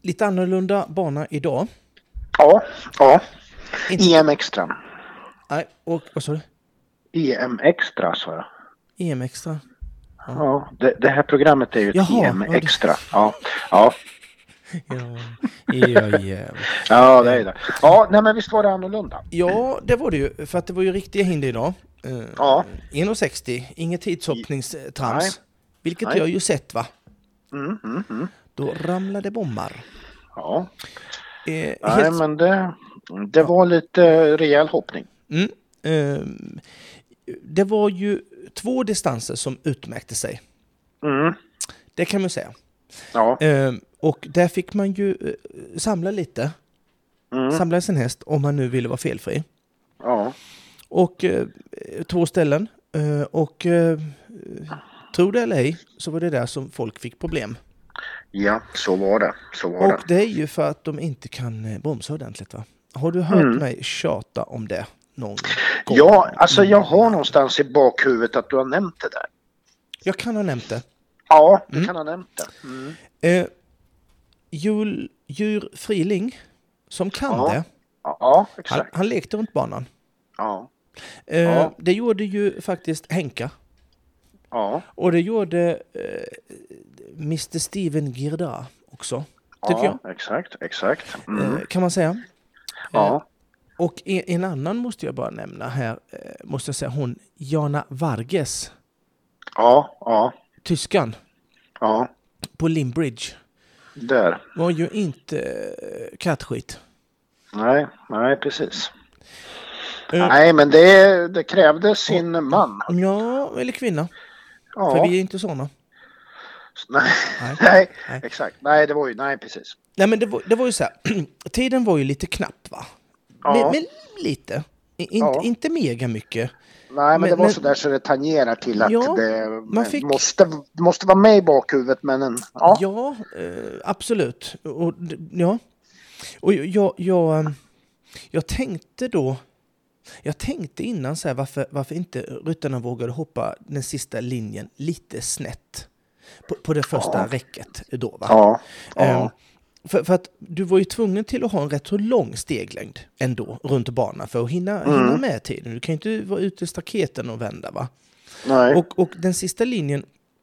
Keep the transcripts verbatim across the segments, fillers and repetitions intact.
lite annorlunda bana idag. Ja, ja. Inte... E M Extra. Nej, och vad sa du? E M Extra, sa jag. E M Extra? Ja, ja det, det här programmet är ju ett Jaha, E M ja, det... Extra. Ja, ja. Ja, ja, ja. Ja, det är det. Ja, nej, men visst var det annorlunda. Ja, det var det ju. För att det var ju riktiga hinder idag. Uh, ja. en komma sextio, inget tidshoppningstrams. Nej. Vilket nej. jag ju sett, va? Mm, mm, mm. Då ramlade bommar. Ja. Eh, nej, helt... men det, det var lite rejäl hoppning. Mm. Uh, det var ju två distanser som utmärkte sig. Mm. Det kan man säga. Ja. Uh, och där fick man ju uh, samla lite. Mm. Samla sin häst om man nu ville vara felfri. Ja. Och uh, två ställen. Uh, och uh, tror det eller ej så var det där som folk fick problem. Ja, så var det. Så var och det. det är ju för att de inte kan uh, bromsa ordentligt, va? Har du hört mm. mig tjata om det någon gång? Ja, alltså jag har någonstans i bakhuvudet att du har nämnt det där. Jag kan ha nämnt det. Ja, du mm. kan ha nämnt det. Mm. Uh, Jul, Djur Friling som kan ja. det. Ja, exakt. Han, han lekte runt banan. Ja. Uh, ja. Det gjorde ju faktiskt Henka. Ja. Och det gjorde uh, mister Steven Girda också, tycker ja, jag. exakt, exakt. Mm. Uh, kan man säga. Ja. Uh, och en, en annan måste jag bara nämna här, uh, måste jag säga, hon Jana Varges. Ja, ja. Tyskan. Ja. På Limbridge. Där. Var ju inte uh, kattskit. Nej, nej, precis. Uh, nej, men det, det krävde sin uh, man. Ja, eller kvinna. Ja. För vi är inte såna. Nej, nej, nej, nej, exakt. Nej, det var ju, nej, precis. Nej, men det var, det var ju så här. Tiden var ju lite knapp, va? Ja. Men, men lite. In, ja. Inte mega mycket. Nej, men, men det var men, så där så det tangerar till att ja, det man fick... måste, måste vara med i bakhuvudet. Men en, ja, ja eh, absolut. Och, ja. Och jag, jag, jag tänkte då, jag tänkte innan så här, varför, varför inte ryttarna vågade hoppa den sista linjen lite snett på, på det första ja. räcket då, va? Ja. ja. Um, för, för att du var ju tvungen till att ha en rätt så lång steglängd ändå runt banan för att hinna, mm. hinna med tiden. Du kan ju inte vara ute i staketen och vända, va? Nej. Och, och den sista linjen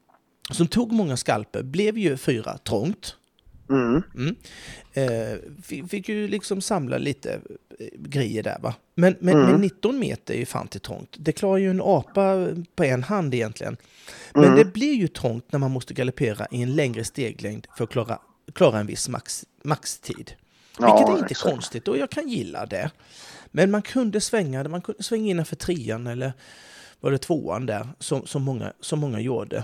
som tog många skalper blev ju fyra trångt. Mm. Mm. Eh, fick, fick ju liksom samla lite eh, grejer där, va? Men, men, mm. men nitton meter är ju fan till trångt. Det klarar ju en apa på en hand egentligen. Men mm. det blir ju trångt när man måste galoppera i en längre steglängd för att klara, klara en viss max, maxtid. Ja, vilket är inte exakt. Konstigt och jag kan gilla det. Men man kunde svänga, man kunde svänga innanför trean eller var det tvåan där som, som, många, som många gjorde.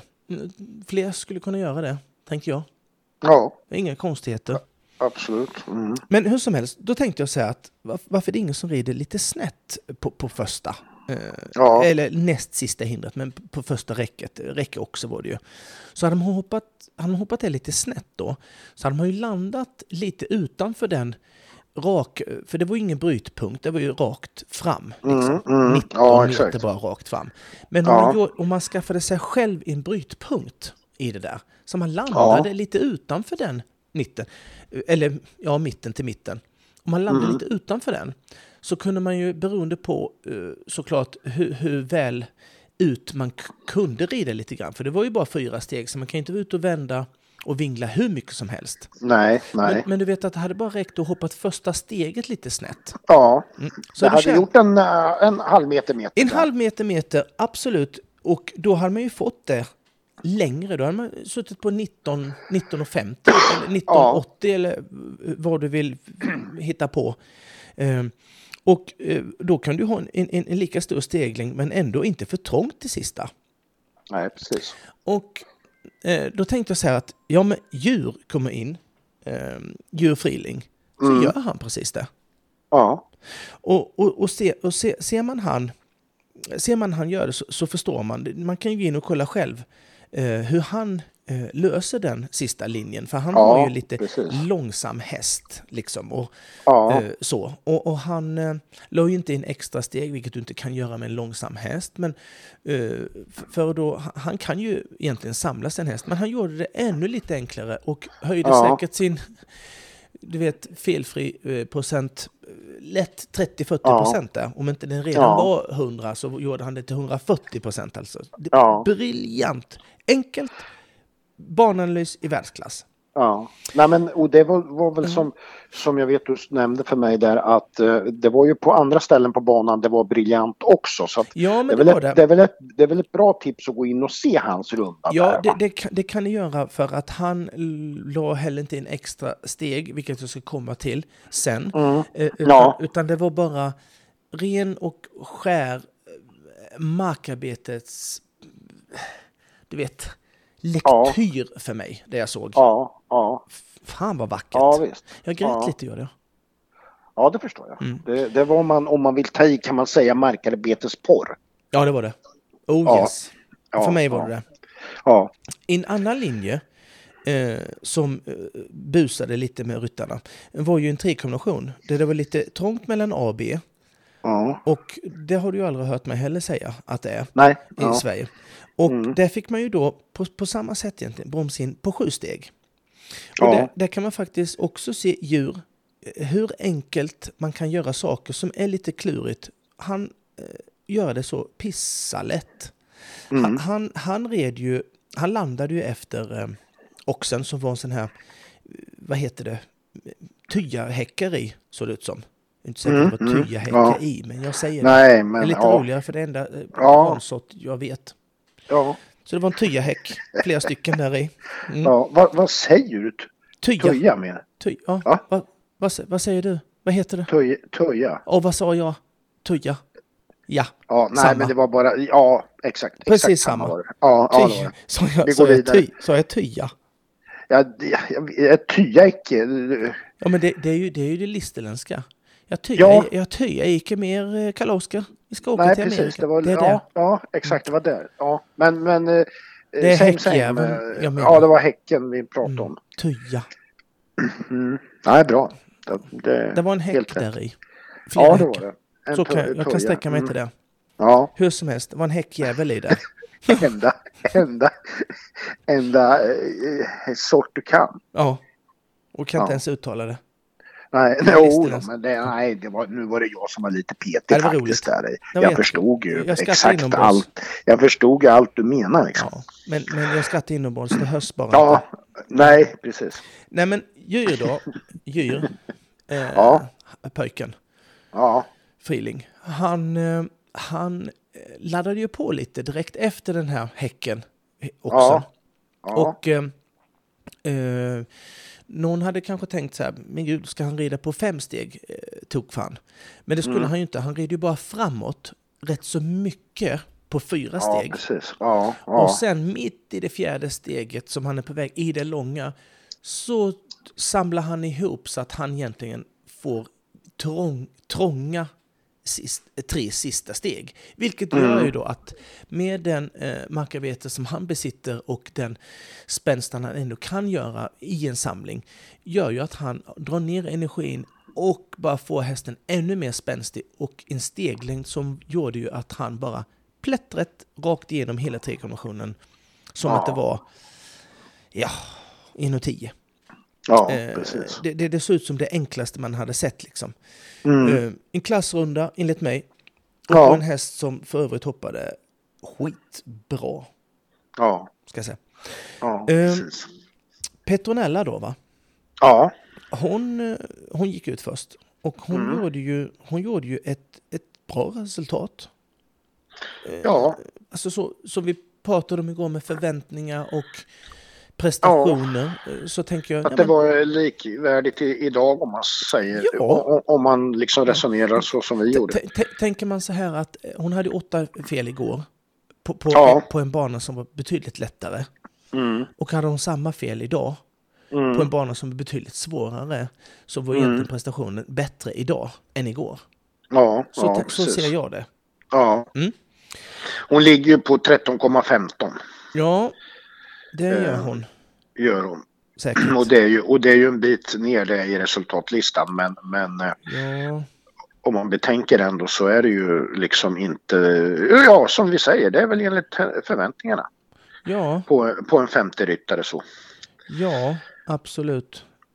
Fler skulle kunna göra det, tänkte jag. Ja. Inga konstigheter. Absolut. Mm. Men hur som helst, då tänkte jag säga att varför är det ingen som rider lite snett på, på första? Eh, ja. Eller näst sista hindret, men på första räcket. Räcke också var det ju. Så hade man hoppat, hade man hoppat det lite snett då, så hade man ju landat lite utanför den rak, för det var ju ingen brytpunkt, det var ju rakt fram. Liksom. Mm, mm. nitton ja, meter exakt. bara rakt fram. Men om, ja. man gjorde, om man skaffade sig själv en brytpunkt i det där, så man landade ja. lite utanför den mitten, eller ja, mitten till mitten. Om man landade mm. lite utanför den, så kunde man ju, beroende på såklart hur, hur väl ut man k- kunde rida lite grann, för det var ju bara fyra steg, så man kan inte vara ut och vända och vingla hur mycket som helst. Nej, nej. Men, men du vet att det hade bara räckt att hoppa första steget lite snett. Ja, mm. så det hade känt... gjort en, en halv meter meter. En där. halv meter meter, absolut. Och då hade man ju fått det längre. Då hade man suttit på nitton, nitton femtio eller nitton åttio ja. Eller vad du vill hitta på. Um, och uh, då kan du ha en, en, en lika stor stegling, men ändå inte för trångt till sista. Nej, precis. Och uh, då tänkte jag så här att ja, men djur kommer in, um, Djur Friling, så mm. gör han precis det. Ja. Och, och, och, se, och se, ser man han ser man han gör det, så, så förstår man. Man kan ju gå in och kolla själv eh, hur han eh, löser den sista linjen. För han ja, har ju lite precis. långsam häst. Liksom, och, ja. eh, så. Och, och han eh, la ju inte in extra steg, vilket du inte kan göra med en långsam häst. Men, eh, för då, han kan ju egentligen samla sin häst. Men han gjorde det ännu lite enklare och höjde ja. säkert sin... du vet, felfri eh, procent, lätt trettio till fyrtio procent ja. där. Om inte den redan ja. var hundra så gjorde han det till hundrafyrtio procent alltså. Ja. Briljant. Enkelt. Bananalys i världsklass. Ja, nej men och det var, var väl mm. som, som jag vet du nämnde för mig där att uh, det var ju på andra ställen på banan det var briljant också. Så att ja, men det, det, är var ett, det. Det, är väl ett, det är väl ett bra tips att gå in och se hans runda. Ja, där, det, det, kan, det kan ni göra för att han la heller inte in extra steg, vilket jag ska komma till sen. Mm. Uh, utan, ja. utan det var bara ren och skär markarbetets, du vet, lektyr ja. för mig, det jag såg. Ja, ja. Fan vad vackert. Ja, visst. Jag grät ja. lite, gör det. Ja, det förstår jag. Mm. Det, det var man, om man vill ta i kan man säga markarbetesporr. Ja, det var det. Oh ja. yes. Ja, för mig var ja. det det. Ja. En annan linje eh, som eh, busade lite med ryttarna var ju en trekombination. Där det var lite trångt mellan A och B. Ja. Och det har du ju aldrig hört mig heller säga att det är Nej. i Ja. Sverige. Och mm. där fick man ju då på, på samma sätt egentligen broms in på sju steg. Och ja. där, där kan man faktiskt också se djur, hur enkelt man kan göra saker som är lite klurigt. Han eh, gör det så pissalätt. Mm. Han, han, han red ju, han landade ju efter eh, oxen som var en sån här, vad heter det, tyahäckar i, så det ut som. Inte säkert mm, vad tyja häckar ja. i, men jag säger Nej, det. Men, det är lite ja. roligare för det enda eh, ja. sort jag vet. Ja. Så det var en tyahäck, flera stycken där i. Mm. Ja, vad, vad säger du? Tyja. Tyja med? Ty, ja. ja. Va, vad, vad säger du? Vad heter det? Tyja. Tyja. Och vad sa jag? Tyja. Ja. Ja, nej samma. Men det var bara, ja, exakt. Precis exakt samma. samma. Ja, ja, ty, det var det. Så jag, Vi så går jag, vidare. ty, så jag tyja. Ja, jag tyja icke. Ja, men det, det, är ju, det är ju det listerländska. Jag tyja, ja. jag, jag tyja icke mer Karl-Oskar. Vi ska åka nej, till precis, Amerika. Det var, det är ja, det. ja, exakt, det var det. Ja, men, men det är same, häckjäveln, same. Ja, det var häcken vi pratade mm, om. Tyja. Mm. Nej, bra. Det, det, det var en häck där i. Flera ja, det var det. En så kan, jag kan sträcka mig mm. till det. Ja. Hur som helst, det var en häckjävel i det. enda, enda, enda eh, sort du kan. Ja, och kan ja. inte ens uttala det. Nej, no, no, men det, nej det var, nu var det jag som var lite petig var faktiskt. Där. Jag, jag förstod ju jag exakt allt. Jag förstod allt du menar. Liksom. Ja, men, men jag skrattar inombords, det hörs bara ja, inte. Nej, precis. Nej, men djur då, djur, eh, ja. pojken, ja. Friling, han, eh, han laddade ju på lite direkt efter den här häcken också. Ja. Ja. Och eh, eh, någon hade kanske tänkt så här, men gud, ska han rida på fem steg? Eh, tog fan. Men det skulle mm. han ju inte. Han rider ju bara framåt rätt så mycket på fyra ja, steg. Precis. Ja, ja. Och sen mitt i det fjärde steget som han är på väg i det långa så samlar han ihop så att han egentligen får trång, trånga sist, tre sista steg. Vilket mm. gör ju då att med den eh, markarbete som han besitter och den spänsten han ändå kan göra i en samling gör ju att han drar ner energin och bara får hästen ännu mer spänstig och en steglängd som gjorde ju att han bara plättret rakt igenom hela trekombinationen som ja. att det var ja, en och tio. Ja, eh, precis. Det, det, det såg ut som det enklaste man hade sett liksom. Mm. Eh, en klassrunda enligt mig och ja. en häst som för övrigt hoppade skitbra. Ja. Ska jag säga. Ja, eh, precis. Petronella då va? Ja. Hon, hon gick ut först och hon mm. gjorde ju, hon gjorde ju ett, ett bra resultat. Ja. Alltså så, så vi pratade om igår med förväntningar och prestationer ja. så tänker jag... Att det var likvärdigt i, idag om man säger, ja. om, om man liksom resonerar så som vi gjorde. T- t- tänker man så här att hon hade åtta fel igår på, på, ja. på en bana som var betydligt lättare. Mm. Och hade hon samma fel idag mm. på en bana som är betydligt svårare så var mm. egentligen prestationen bättre idag än igår. Ja, så, ja, t- så ser jag det. Ja. Mm. Hon ligger ju på tretton komma femton. Ja, det gör hon. Eh, gör hon. Säkert. Och det är ju, och det är ju en bit ner det i resultatlistan. Men, men ja. om man betänker ändå så är det ju liksom inte... Ja, som vi säger, det är väl enligt förväntningarna. Ja. På, på en femte ryttare så. Ja, absolut.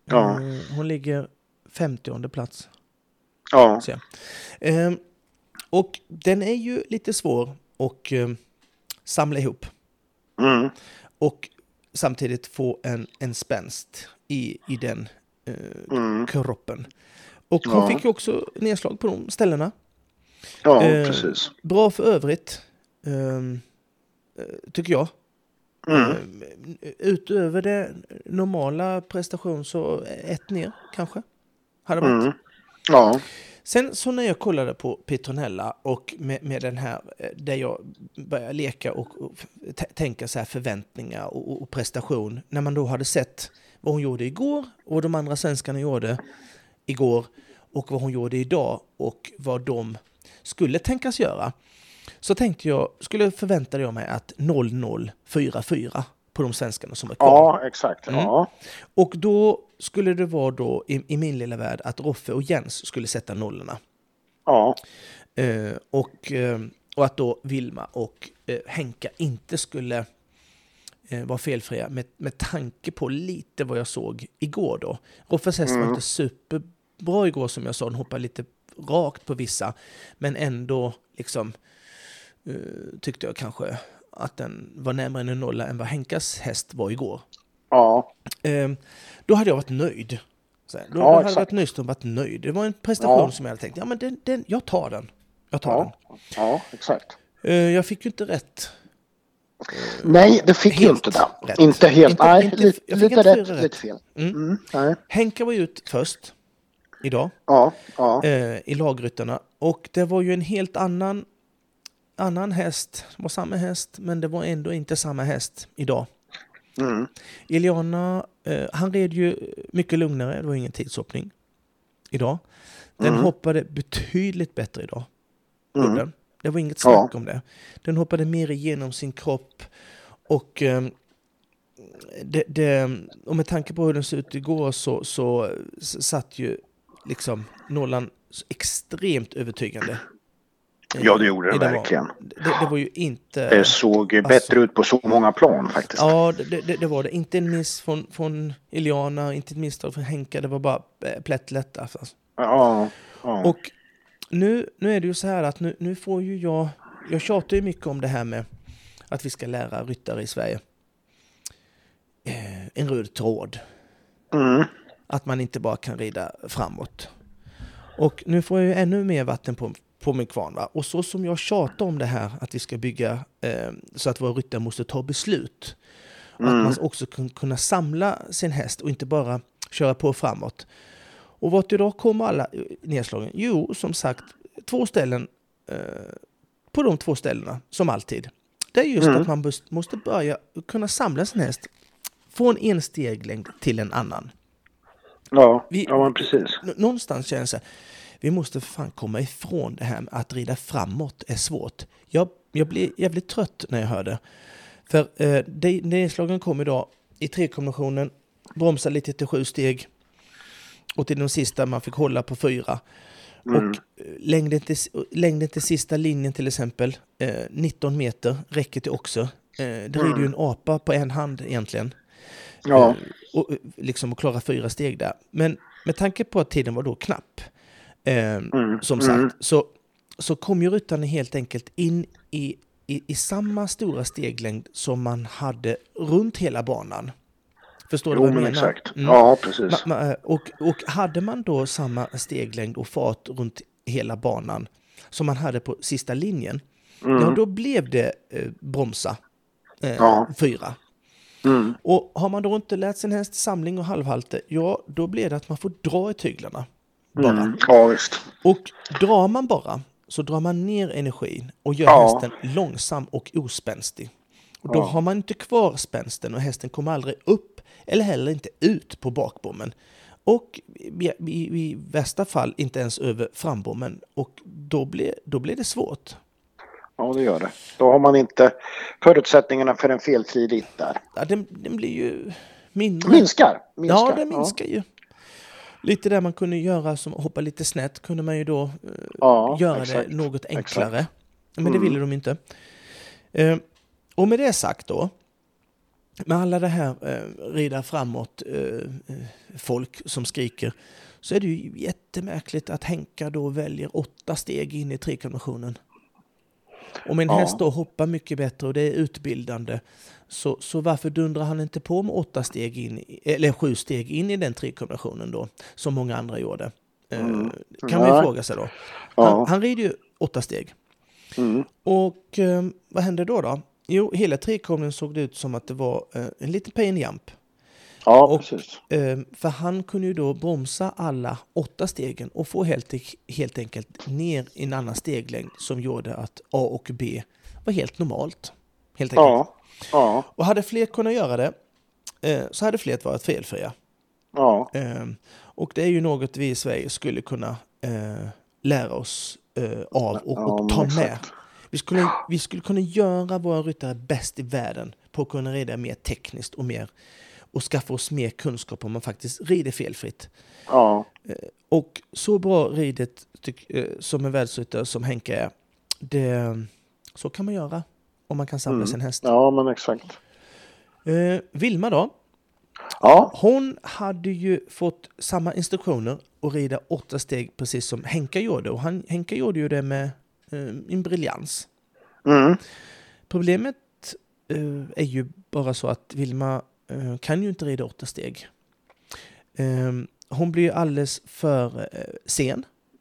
Ja. Mm, hon ligger femtionde plats. Ja. Så, eh, och den är ju lite svår att eh, samla ihop. Mm. Och samtidigt få en, en spänst i, i den eh, Mm. kroppen. Och hon Ja. fick ju också nedslag på de ställena. Ja, Eh, precis. Bra för övrigt, eh, tycker jag. Mm. Eh, utöver det normala prestation så ett ner kanske. Hade varit. Mm. Ja. Sen så när jag kollade på Petronella och med, med den här, där jag började leka och, och t- tänka så här förväntningar och, och prestation. När man då hade sett vad hon gjorde igår och vad de andra svenskarna gjorde igår och vad hon gjorde idag och vad de skulle tänkas göra. Så tänkte jag, skulle förvänta jag mig att noll noll fyra fyra på de svenskarna som är kvar. Ja, exakt. Mm. Ja. Och då skulle det vara då i, i min lilla värld att Roffe och Jens skulle sätta nollorna. Ja. Eh, och, eh, och att då Vilma och eh, Henka inte skulle eh, vara felfria med, med tanke på lite vad jag såg igår då. Roffes häst Mm. var inte superbra igår som jag sa, den hoppade lite rakt på vissa, men ändå liksom eh, tyckte jag kanske att den var närmare en nolla än vad Henkas häst var igår. Ja. Eh, då hade jag varit nöjd. Så här, då, Ja, då hade jag exakt. varit nöjd och varit nöjd. Det var en prestation Ja. som jag hade tänkt, ja men den, den, jag tar den. Jag tar den. Ja. Ja, exakt. Eh, jag fick ju inte rätt. Nej, det fick ju Helt inte det. rätt. Inte helt. Inte- nej, inte- lite, jag fick lite inte rätt, fyra rätt. lite fel. Mm. Mm. Nej. Henka var ju ut först idag Ja, ja. eh, i lagryttarna. Och det var ju en helt annan, annan häst. Det var samma häst, men det var ändå inte samma häst idag. Mm. Iliana, eh, han red ju mycket lugnare. Det var ingen tidshoppning idag. Den Mm. hoppade betydligt bättre idag. Mm. Den. Det var inget snack Ja. om det. Den hoppade mer igenom sin kropp. Och eh, det, det, och med tanke på hur den såg ut igår så, så satt ju liksom nollan extremt övertygande. Ja, det gjorde det I den verkligen. Var, det, det var ju inte... Det såg ju alltså, bättre ut på så många plan faktiskt. Ja, det, det, det var det. Inte en miss från, från Iliana, inte ett misstag från Henka. Det var bara plättlätt. Alltså. Ja, ja. Och nu, nu är det ju så här att nu, nu får ju jag... Jag tjatar ju mycket om det här med att vi ska lära ryttare i Sverige eh, en röd tråd. Mm. Att man inte bara kan rida framåt. Och nu får jag ju ännu mer vatten på, på min kvarn. Va? Och så som jag tjatar om det här att vi ska bygga eh, så att våra ryttare måste ta beslut. Och Mm. att man också kan kunna samla sin häst och inte bara köra på framåt. Och vart idag kommer alla nedslagen? Jo, som sagt, två ställen eh, på de två ställena, som alltid. Det är just Mm. att man bus- måste börja kunna samla sin häst från en steglängd till en annan. Ja, Vi- ja men precis. N- någonstans känns det, vi måste för fan komma ifrån det här med att rida framåt är svårt. Jag, jag blir jävligt trött när jag hör det. För eh, det, nedslagen kom idag i tre-kombinationen, bromsa lite till sju steg och till de sista man fick hålla på fyra. Mm. Och eh, längden till, längden till sista linjen till exempel, eh, nitton meter räcker till också. Eh, det rider ju en apa på en hand egentligen. Ja, Eh, och eh, liksom att klara fyra steg där. Men med tanke på att tiden var då knapp, eh, Mm. som Mm. sagt, så, så kom ju ryttarna helt enkelt in i, i, i samma stora steglängd som man hade runt hela banan. Förstår du jo vad jag men menar? exakt. Mm. Ja, precis. Ma- ma- och, och hade man då samma steglängd och fart runt hela banan som man hade på sista linjen, Mm. ja då blev det eh, bromsa eh, Ja. fyra. Mm. Och har man då inte lärt sin häst samling och halvhalte, ja då blir det att man får dra i tyglarna bara. Mm. Ja, visst. Och drar man bara så drar man ner energin och gör Ja. hästen långsam och ospänstig. Och då Ja. har man inte kvar spänsten och hästen kommer aldrig upp eller heller inte ut på bakbommen. Och i, i, i värsta fall inte ens över frambommen. Och då blir, då blir det svårt. Ja, det gör det. Då har man inte förutsättningarna för en felfri ritt där. Ja, den, den blir ju mindre. Minskar. minskar. Ja, den minskar ju. Lite där man kunde göra som hoppa lite snett kunde man ju då eh, Ja, göra exakt. det något enklare. Exakt. Men det Mm. ville de inte. Eh, och med det sagt då med alla det här eh, rida framåt eh, folk som skriker, så är det ju jättemärkligt att Henka då väljer åtta steg in i trekombinationen. Om en ja. häst då hoppar mycket bättre och det är utbildande, så, så varför dundrar han inte på med åtta steg in, eller sju steg in i den trekombinationen då, som många andra gjorde? Mm. Eh, kan man ju fråga sig då. Ja. Han, han rider ju åtta steg. Mm. Och eh, vad hände då då? Jo, hela trekombinationen såg det ut som att det var eh, en liten pain jump. Ja, och, precis. Eh, för han kunde ju då bromsa alla åtta stegen och få helt, helt enkelt ner i en annan steglängd som gjorde att A och B var helt normalt. Helt enkelt. Ja, ja. Och hade fler kunnat göra det eh, så hade fler varit felfria. Ja. Eh, och det är ju något vi i Sverige skulle kunna eh, lära oss eh, av och, ja, och ta exakt. med. Vi skulle, vi skulle kunna göra våra ryttare bäst i världen på att kunna rida mer tekniskt och mer och skaffa oss mer kunskap om man faktiskt rider felfritt. Ja. Och så bra ridet tyck, som en världsryttare som Henka är, det, så kan man göra om man kan samla mm. sin häst. Ja, men exakt. Eh, Vilma då? Ja. Hon hade ju fått samma instruktioner att rida åtta steg precis som Henka gjorde. Och han, Henka gjorde ju det med eh, en briljans. Mm. Problemet eh, är ju bara så att Vilma eh, kan ju inte rida åtta steg. Eh, hon blir ju alldeles för eh, sen.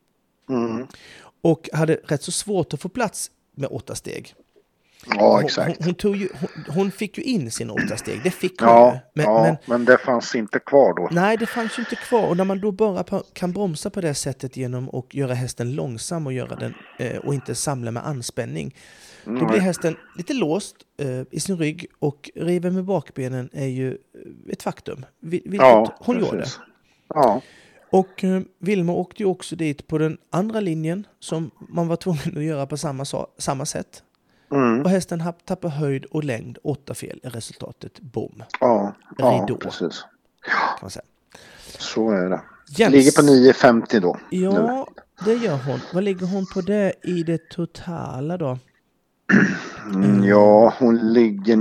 Mm. Och hade rätt så svårt att få plats med åtta steg. Ja, exakt. Hon, hon, hon, tog ju, hon, hon fick ju in sina åtta steg. Det fick hon ja, ju. Men, ja, men, men det fanns inte kvar då. Nej, det fanns ju inte kvar. Och när man då bara kan bromsa på det sättet genom att göra hästen långsam och göra den eh, och inte samla med anspänning, mm. då blir hästen lite låst eh, i sin rygg, och river med bakbenen är ju ett faktum. Vilket ja, hon precis. gjorde. Ja. Och eh, Vilma åkte ju också dit på den andra linjen som man var tvungen att göra på samma, samma sätt. Mm. Och hästen tappar höjd och längd, åtta fel är resultatet. Bom. Ja, ja Ridå, precis. Kan man säga. Så är det. Jens. Ligger på nio femtio då. Ja, det gör hon. Vad ligger hon på det i det totala då? Mm, ja, hon ligger...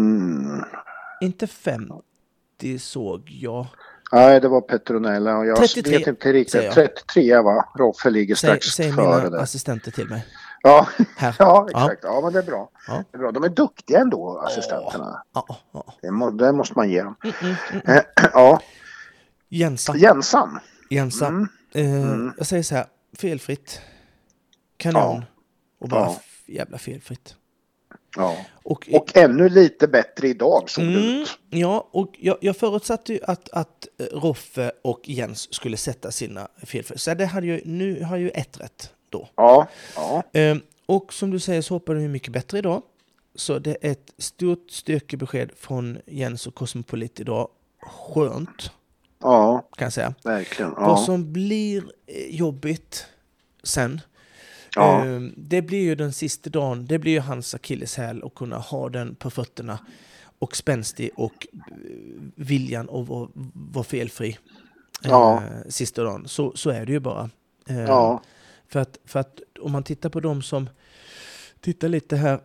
Inte femtio såg jag. Nej, det var Petronella och jag trettiotre, vet inte riktigt. trettiotre va? Roffe ligger strax säg, säg före mina det. assistenter till mig. Ja, här. ja exakt. Ja. ja, men det är bra. Ja. Det är bra. De är duktiga ändå, assistenterna. Ja, ja, ja. Det, må, det måste man ge dem. Mm, mm, mm. Ja. Jensa. Jensan. Jensa. Mm. Eh, Mm. Jag säger så här, felfritt. Kanon. Ja. Och bara Ja. f- jävla felfritt. Ja. Och, och ännu lite bättre idag såg mm, det ut. Ja, och jag, jag förutsatte ju att, att Roffe och Jens skulle sätta sina felfritt. Så det hade ju, nu har ju ett rätt då. Ja, ja. Eh, och som du säger så hoppar de mycket bättre idag. Så det är ett stort styrkebesked från Jens och Cosmopolit idag. Skönt. Ja, kan jag säga. Verkligen. Ja. Vad som blir jobbigt sen, ja. eh, det blir ju den sista dagen, det blir ju hans akilleshäl att kunna ha den på fötterna och spänstig och viljan att vara, vara felfri eh, ja. sista dagen. Så, så är det ju bara. Eh, ja. för, att, för att om man tittar på dem som tittar lite här,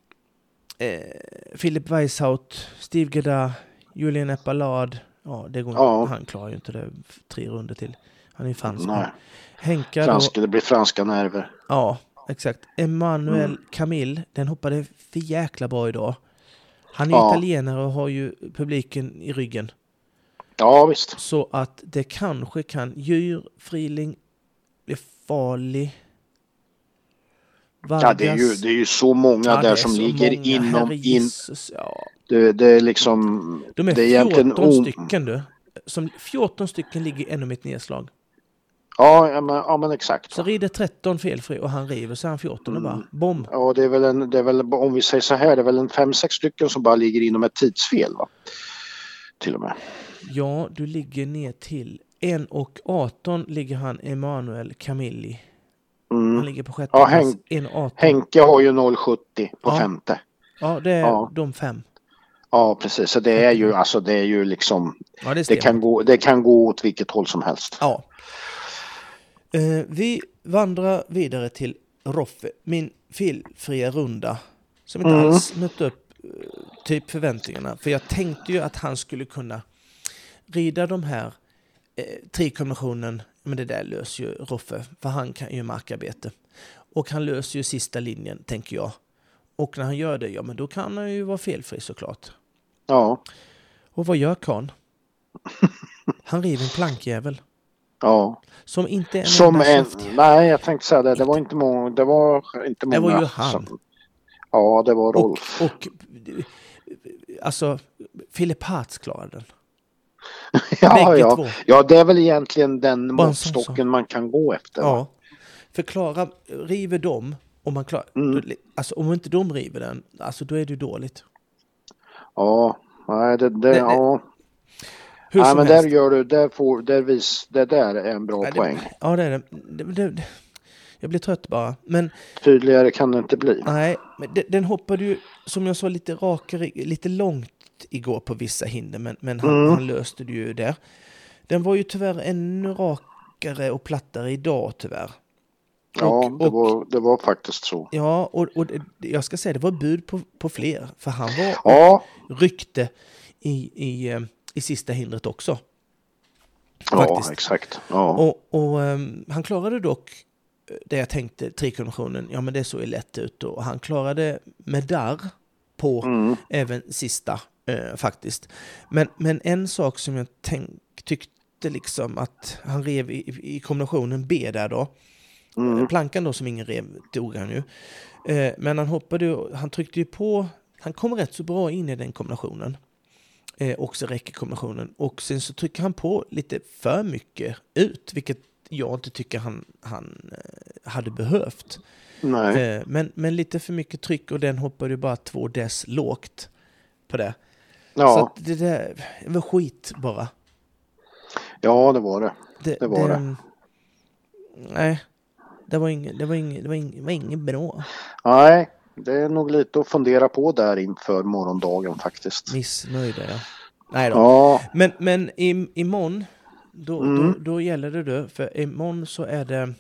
eh, Philip Weishaut, Steve Gedda, Julian Epalad. Ja, det går, ja. han klarar ju inte det tre runder till. Han är fransk. Nej. Henka franska, då, det blir franska nerver. Ja, exakt. Emmanuel mm. Camille, den hoppade för jäkla bra idag. Han är ja. italienare och har ju publiken i ryggen. Ja, visst. Så att det kanske kan, djur, Friling blir farlig. Vargas. Ja, det är ju, det är ju så många ja, där som ligger många. inom... In, ja. det, det är liksom... De är, det är fjorton om... stycken du. Som fjorton stycken ligger ännu med ett nedslag. Ja, ja, men, ja, men exakt. Så rider tretton felfri och han river så han fjorton och bara bom. Ja, det är väl en, det är väl, om vi säger så här, det är väl en fem sex stycken som bara ligger inom ett tidsfel va? Till och med. Ja, du ligger ner till en och arton ligger han Emanuel Camilli. Mm. Han ligger på sjätte ja, plats. Hen- en arton. Henke har ju noll sjuttio på ja. femte. Ja, det är ja. de fem. Ja, precis. Så det är ju, alltså det är ju liksom, ja, det, det, kan gå, det kan gå åt vilket håll som helst. Ja. Uh, vi vandrar vidare till Roffe, min felfria runda som inte mm. alls mötte upp uh, typ förväntningarna. För jag tänkte ju att han skulle kunna rida de här eh, trikombinationen, men det där löser ju Roffe, för han kan ju markarbete. Och han löser ju sista linjen, tänker jag. Och när han gör det, ja men då kan han ju vara felfri såklart. Ja. Och vad gör Kahn? Han river en plankjävel. Ja. Som inte är en Som en, käft. nej, jag tänkte säga det. Det var inte många. Det var inte många. Det var ju han. Som, ja, det var Rolf. Och, och alltså, Filip Hartz klarade den. ja, Bägge ja. två. ja, det är väl egentligen den Bara måttstocken man kan gå efter. Ja. För Klara river dem, om man klar, Mm. då, alltså om inte de river den, alltså då är det ju dåligt. Ja, nej, det, det, det, ja. Hur Nej, som men helst. där gör du, där får, där vis, det där är en bra Nej, poäng. Det, ja, det är det. Det, det, det. Jag blir trött bara. Men Tydligare kan det inte bli. nej, men det, den hoppade ju, som jag sa, lite rakare, lite långt igår på vissa hinder, men, men han, Mm. han löste det ju där. Den var ju tyvärr ännu rakare och plattare idag, tyvärr. Ja, Och- det, och- var, det var faktiskt så. Ja, och, och det, jag ska säga, det var bud på, på fler, för han var Ja, ryckte i, i, eh, i sista hindret också. ja Faktiskt. exakt. Ja. Och, och um, han klarade dock det jag tänkte, trikombinationen, ja men det såg ju lätt ut, och han klarade med darr på Mm. även sista eh, faktiskt. Men, men en sak som jag tänk, tyckte liksom att han rev i, i kombinationen B där då, Mm. plankan då som ingen rev tog han ju. Eh, men han hoppade ju, han tryckte ju på, han kom rätt så bra in i den kombinationen. Eh, också räckekombinationen. Och sen så trycker han på lite för mycket ut, vilket jag inte tycker han, han eh, hade behövt. Nej. Eh, men, men lite för mycket tryck, och den hoppade ju bara två dess lågt på det. Så Ja, att det där det var skit bara. ja, det var det. Det, Det var det. Nej, det var inget, det var inget, det var inget, det var inget bra. Nej, det är nog lite att fundera på där inför morgondagen faktiskt. Missnöjda, ja. Nej då. Ja, Men, men i, imorgon, då, Mm. då, då gäller det då. För imorgon så är det...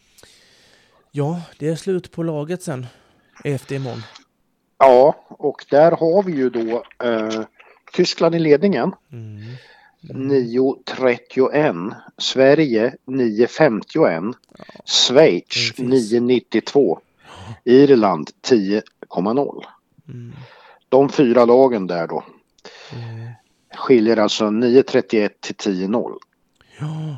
Ja, det är slut på laget sen. Efter imorgon. ja, och där har vi ju då eh, Tyskland i ledningen. Mm. nio trettioett. Sverige nio femtioett. Schweiz det finns. nio nittiotvå. Irland tio komma noll. Mm. De fyra lagen där då Mm. skiljer alltså nio trettioett till tio noll. Ja.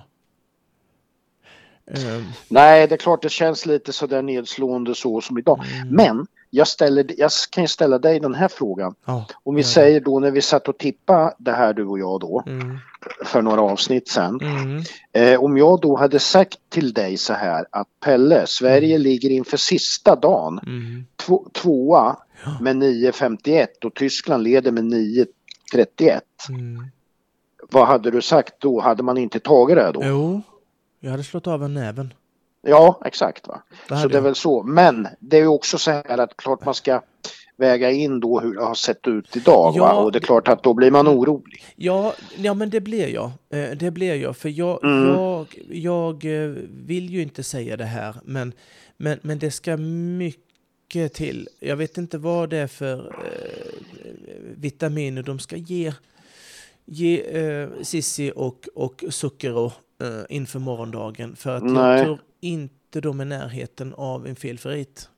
Ehm, Nej, det är klart det känns lite sådär nedslående så som idag. Mm. Men jag, ställer, jag kan ju ställa dig den här frågan. ja. Om vi gör det. säger då när vi satt och tippade det här du och jag då Mm. för några avsnitt sen. Mm. Eh, om jag då hade sagt till dig så här att Pelle, Sverige ligger inför sista dagen Mm. två, tvåa Ja. med nio femtioett och Tyskland leder med nio trettioett. Mm. Vad hade du sagt då? Hade man inte tagit det då? Jo, jag hade slått av en näven. Ja, exakt va. Det Så hade det är jag. väl så. Men det är ju också så här att klart man ska väga in då hur det har sett ut idag. Ja, va? Och det är klart att då blir man orolig. Ja, ja, men det blir jag. Eh, Det blir jag. För jag, Mm. jag, jag eh, vill ju inte säga det här. Men, men, men det ska mycket till. Jag vet inte vad det är för eh, vitaminer de ska ge, ge eh, Sissi och, och Zucchero eh, inför morgondagen. För att Nej. jag tror inte de är i närheten av en felfrit.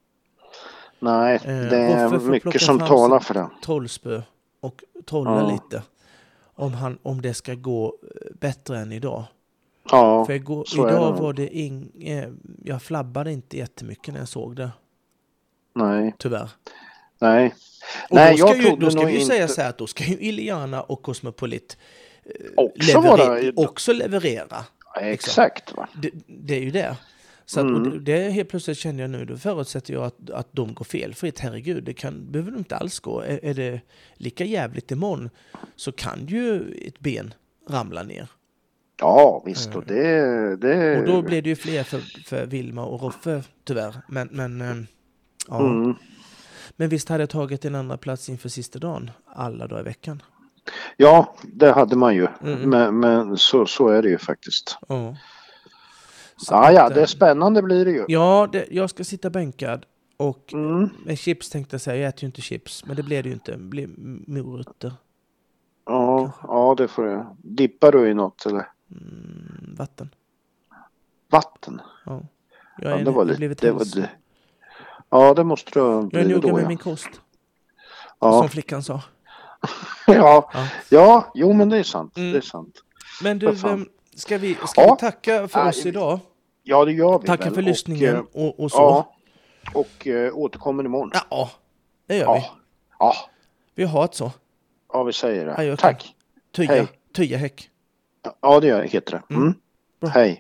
Nej, Eh, det är Roffe får plocka mycket som fram talar sitt för det. trollspö och trolla Ja. lite. Om, han, om det ska gå eh, bättre än idag. Ja, För igår, så är idag det. var det inget... Jag flabbade inte jättemycket när jag såg det, nej, tyvärr. nej. Och Nej, då ska, jag ju, trodde då ska nog vi ju säga inte- så här att då ska ju Iliana och Cosmopolit eh, Också leverera, vara- också leverera. Exakt va. Det, det är ju det. Så att, Mm. och det helt plötsligt känner jag nu, då förutsätter jag att, att de går felfritt. Herregud, det kan, behöver de inte alls gå. Är, är det lika jävligt imorgon så kan ju ett ben ramla ner. Ja, visst. Och det... det... Och då blir det ju fler för, för Vilma och Roffe, tyvärr. Men, men, eh, ja. Mm. Men visst hade jag tagit en andra plats inför sista dagen, alla dagar i veckan. Ja, det hade man ju. Mm. Men, men så, så är det ju faktiskt. Ja. Så Ja, ja, att, det är eh, spännande blir det ju. Ja, det, jag ska sitta bänkad Och Mm. med chips tänkte jag säga, jag äter ju inte chips. Men det blev det ju inte. Det blev morötter. Ja, Kanske. ja, det får jag. Dippar du i något eller? Mm, vatten. Vatten? Ja. Jag är Ja, det var jag lite... blivit Det var hals. det. Ja, det måste du ha Jag är blivit noga då, med ja. min kost. Ja. Som flickan sa. ja. Ja. Ja, jo men det är sant. Mm. Det är sant. Men du, Vad fan. vem- ska vi, ska Ja. vi tacka för Nej, oss idag? Ja, det gör vi Tacka väl. för lyssningen Och, och, och så. ja, och äh, återkommer imorgon. Ja, det gör vi. Ja. Ja. Vi har ett så. Ja, vi säger det. Adjö. Tack. Tyja, Hej. Tyja häck. Ja, det gör, heter det. Mm. Mm. Bra. Hej.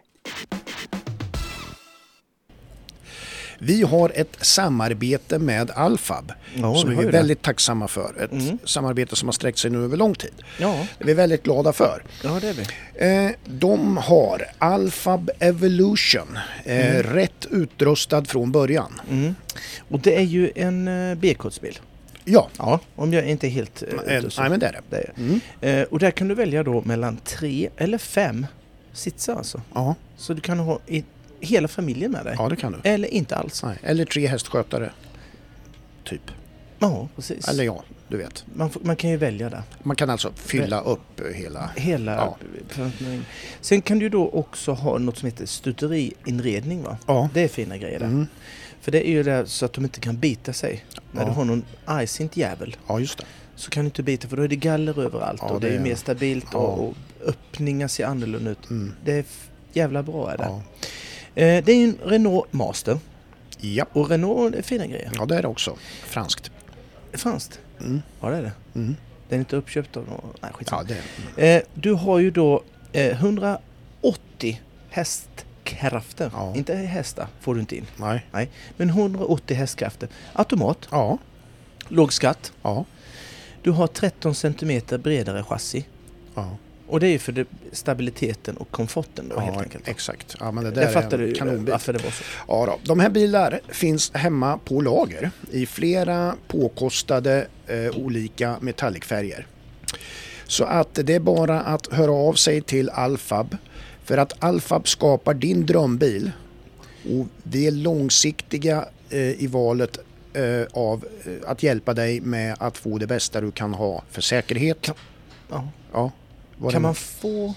Vi har ett samarbete med Alfab Ja, som vi vi har är ju det. väldigt tacksamma för. Ett Mm. samarbete som har sträckt sig nu över lång tid. Ja, Det är vi väldigt glada för. ja det är vi. Eh, de har Alfab Evolution, eh, rätt utrustad från början. Mm. Och det är ju en uh, B-kodsbil. Ja, Ja, om jag inte är helt uh, eh, ute så. nej, men det är det. Det är. Mm. Eh, och där kan du välja då mellan tre eller fem sitsar alltså. Ja, Så du kan ha i, hela familjen med dig. ja, det kan du. Eller inte alls. Nej, eller tre hästskötare, typ. Ja, precis. Eller ja, du vet. Man, får, man kan ju välja där. Man kan alltså fylla upp eh, hela... Hela Ja. förvaltningen. Sen kan du då också ha något som heter stuteriinredning, va? Ja. Det är fina grejer där. Mm. För det är ju det så att de inte kan bita sig. När Ja. du har någon argsint jävel Ja, just det. så kan du inte bita, för då är det galler överallt Ja, och det, det är är- mer stabilt Ja. och, och öppningar ser annorlunda ut. Mm. Det är f- jävla bra är det. Ja. Eh, det är en Renault Master Ja. och Renault är fina grejer. ja, det är det också. Franskt. Franskt? Mm. Ja, det är det. Mm. Den är inte uppköpt av någon... Nej, skitsamma. Ja, det är... Eh, du har ju då eh, hundraåttio hästkrafter. Ja. Inte hästar får du inte in. Nej. Nej, men hundraåttio hästkrafter. Automat, Ja. låg skatt. Ja. Du har tretton centimeter bredare chassi. Ja. Och det är ju för det, stabiliteten och komforten då, helt Ja, enkelt. exakt. Ja, men det Det där fattar är en du kanonbil. varför det var så. Ja, då. De här bilar finns hemma på lager i flera påkostade eh, olika metallicfärger. Så att det är bara att höra av sig till Alfab, för att Alfab skapar din drömbil och vi är långsiktiga eh, i valet eh, av eh, att hjälpa dig med att få det bästa du kan ha för säkerhet. Kan- Ja. Ja, vad Kan det- man få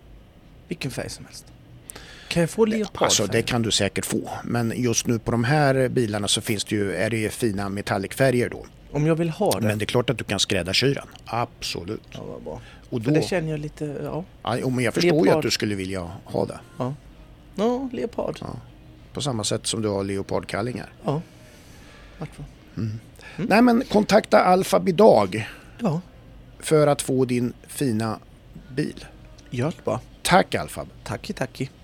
vilken färg som helst? Kan jag få leopardfärg? Alltså det kan du säkert få, men just nu på de här bilarna så finns det ju, är det ju fina metallicfärger då. Om jag vill ha det? Men det är klart att du kan skräddarsy den. Absolut. Ja, vad bra. Och För då, det känner jag lite, ja. ja, jo, men jag förstår ju Leopard. att du skulle vilja ha det. Ja, leopard. Ja. På samma sätt som du har leopardkallingar. Ja. Vart var? Mm. Nej, men kontakta Alfab idag Ja, för att få din fina bil. gör det bara. Tack Alfab. Tacki, tacki.